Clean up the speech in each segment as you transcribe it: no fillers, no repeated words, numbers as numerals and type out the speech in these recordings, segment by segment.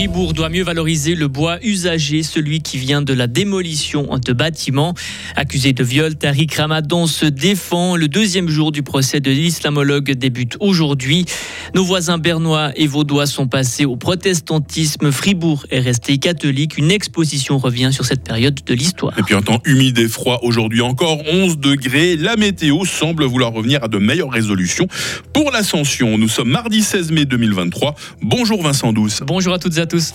Fribourg doit mieux valoriser le bois usagé, celui qui vient de la démolition de bâtiments. Accusé de viol, Tariq Ramadan se défend. Le deuxième jour du procès de l'islamologue débute aujourd'hui. Nos voisins bernois et vaudois sont passés au protestantisme. Fribourg est resté catholique. Une exposition revient sur cette période de l'histoire. Et puis un temps humide et froid aujourd'hui encore, 11 degrés. La météo semble vouloir revenir à de meilleures résolutions pour l'Ascension. Nous sommes mardi 16 mai 2023. Bonjour Vincent Douce. Bonjour à toutes et à tous.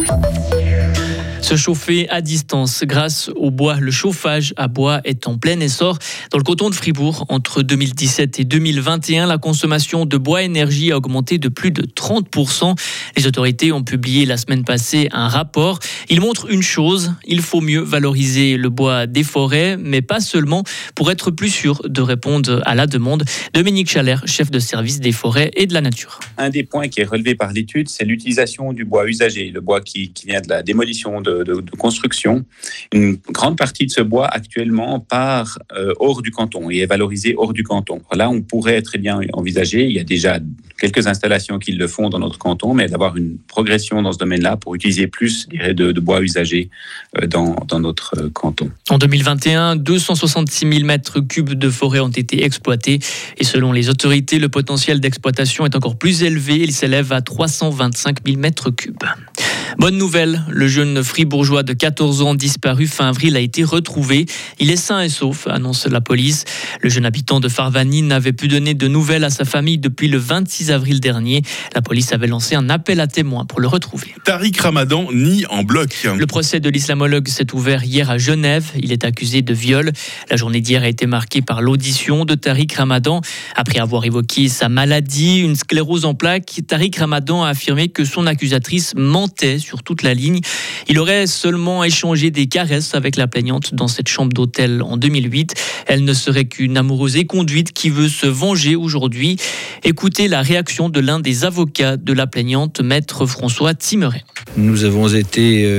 Se chauffer à distance grâce au bois. Le chauffage à bois est en plein essor. Dans le canton de Fribourg, entre 2017 et 2021, la consommation de bois énergie a augmenté de plus de 30%. Les autorités ont publié la semaine passée un rapport. Il montre une chose, il faut mieux valoriser le bois des forêts, mais pas seulement, pour être plus sûr de répondre à la demande. Dominique Chalère, chef de service des forêts et de la nature. Un des points qui est relevé par l'étude, c'est l'utilisation du bois usagé, le bois qui vient de la démolition de construction. Une grande partie de ce bois actuellement part hors du canton et est valorisé hors du canton. Là, on pourrait très bien envisager, il y a déjà quelques installations qui le font dans notre canton, mais d'avoir une progression dans ce domaine-là pour utiliser plus, je dirais, de bois usagé dans notre canton. En 2021, 266 000 mètres cubes de forêt ont été exploités et selon les autorités, le potentiel d'exploitation est encore plus élevé. Il s'élève à 325 000 mètres cubes. Bonne nouvelle, le jeune fribourgeois de 14 ans disparu fin avril a été retrouvé. Il est sain et sauf, annonce la police. Le jeune habitant de Farvani n'avait pu donner de nouvelles à sa famille depuis le 26 avril dernier. La police avait lancé un appel à témoins pour le retrouver. Tariq Ramadan nie en bloc. Le procès de l'islamologue s'est ouvert hier à Genève. Il est accusé de viol. La journée d'hier a été marquée par l'audition de Tariq Ramadan. Après avoir évoqué sa maladie, une sclérose en plaques, Tariq Ramadan a affirmé que son accusatrice mentait sur toute la ligne. Il aurait seulement échangé des caresses avec la plaignante dans cette chambre d'hôtel en 2008. Elle ne serait qu'une amoureuse éconduite qui veut se venger aujourd'hui. Écoutez la réaction de l'un des avocats de la plaignante, maître François Timeret. Nous avons été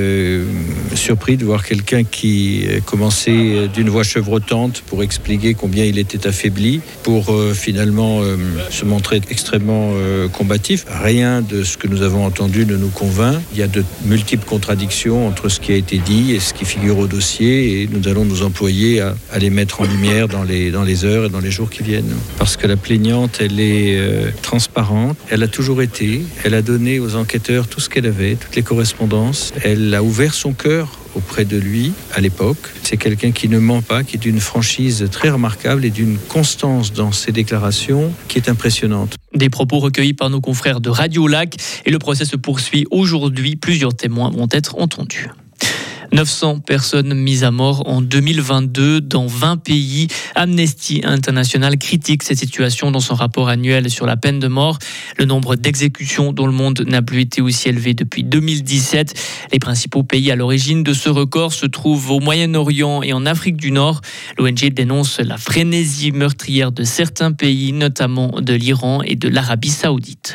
surpris de voir quelqu'un qui commençait d'une voix chevrotante pour expliquer combien il était affaibli, pour finalement se montrer extrêmement combatif. Rien de ce que nous avons entendu ne nous convainc. Il y a de multiples contradictions entre ce qui a été dit et ce qui figure au dossier, et nous allons nous employer à les mettre en lumière dans les heures et dans les jours qui viennent. Parce que la plaignante, elle est transparente, elle a toujours été, elle a donné aux enquêteurs tout ce qu'elle avait, toutes les correspondances, elle a ouvert son cœur auprès de lui à l'époque. C'est quelqu'un qui ne ment pas, qui est d'une franchise très remarquable et d'une constance dans ses déclarations qui est impressionnante. Des propos recueillis par nos confrères de Radio Lac et le procès se poursuit aujourd'hui. Plusieurs témoins vont être entendus. 900 personnes mises à mort en 2022 dans 20 pays. Amnesty International critique cette situation dans son rapport annuel sur la peine de mort. Le nombre d'exécutions dans le monde n'a plus été aussi élevé depuis 2017. Les principaux pays à l'origine de ce record se trouvent au Moyen-Orient et en Afrique du Nord. L'ONG dénonce la frénésie meurtrière de certains pays, notamment de l'Iran et de l'Arabie Saoudite.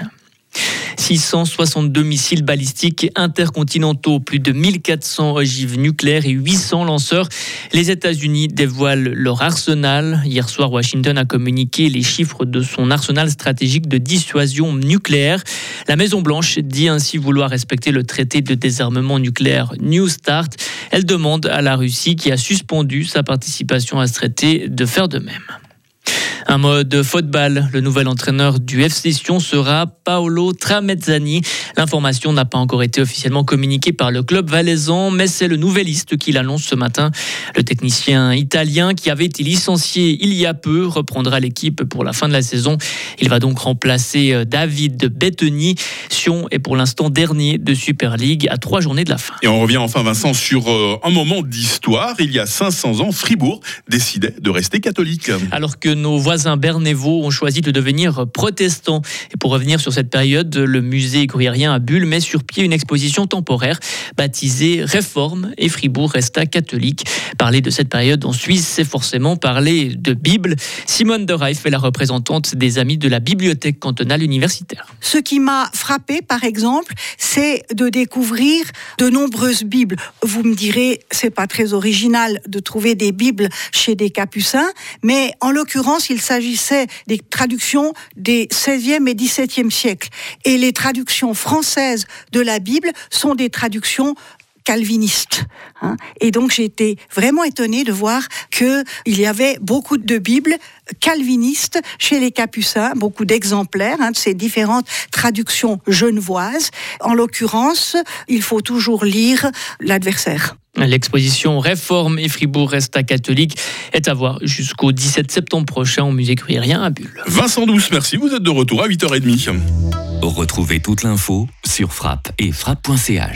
662 missiles balistiques intercontinentaux, plus de 1400 ogives nucléaires et 800 lanceurs. Les États-Unis dévoilent leur arsenal. Hier soir, Washington a communiqué les chiffres de son arsenal stratégique de dissuasion nucléaire. La Maison-Blanche dit ainsi vouloir respecter le traité de désarmement nucléaire New START. Elle demande à la Russie, qui a suspendu sa participation à ce traité, de faire de même. Un mot de football, le nouvel entraîneur du FC Sion sera Paolo Tramezzani. L'information n'a pas encore été officiellement communiquée par le club valaisan, mais c'est le Nouvelliste qui l'annonce ce matin. Le technicien italien, qui avait été licencié il y a peu, reprendra l'équipe pour la fin de la saison. Il va donc remplacer David Bettoni. Sion est pour l'instant dernier de Super League à 3 journées de la fin. Et on revient enfin, Vincent, sur un moment d'histoire. Il y a 500 ans, Fribourg décidait de rester catholique. Alors que nos voisins bernévaux ont choisi de devenir protestants. Et pour revenir sur cette période, le musée gruyérien à Bulle met sur pied une exposition temporaire baptisée Réforme et Fribourg resta catholique. Parler de cette période en Suisse, c'est forcément parler de Bible. Simone de Reif est la représentante des Amis de la Bibliothèque cantonale universitaire. Ce qui m'a frappé, par exemple, c'est de découvrir de nombreuses Bibles. Vous me direz, c'est pas très original de trouver des Bibles chez des capucins, mais en l'occurrence, il s'agissait des traductions des 16e et 17e siècles. Et les traductions françaises de la Bible sont des traductions calvinistes. Et donc j'ai été vraiment étonnée de voir qu'il y avait beaucoup de Bibles calvinistes chez les Capucins, beaucoup d'exemplaires de ces différentes traductions genevoises. En l'occurrence, il faut toujours lire l'adversaire. L'exposition Réforme et Fribourg resta catholique est à voir jusqu'au 17 septembre prochain au musée Gruyérien à Bulle. Vincent Douce, merci. Vous êtes de retour à 8h30. Retrouvez toute l'info sur Frappe et frappe.ch.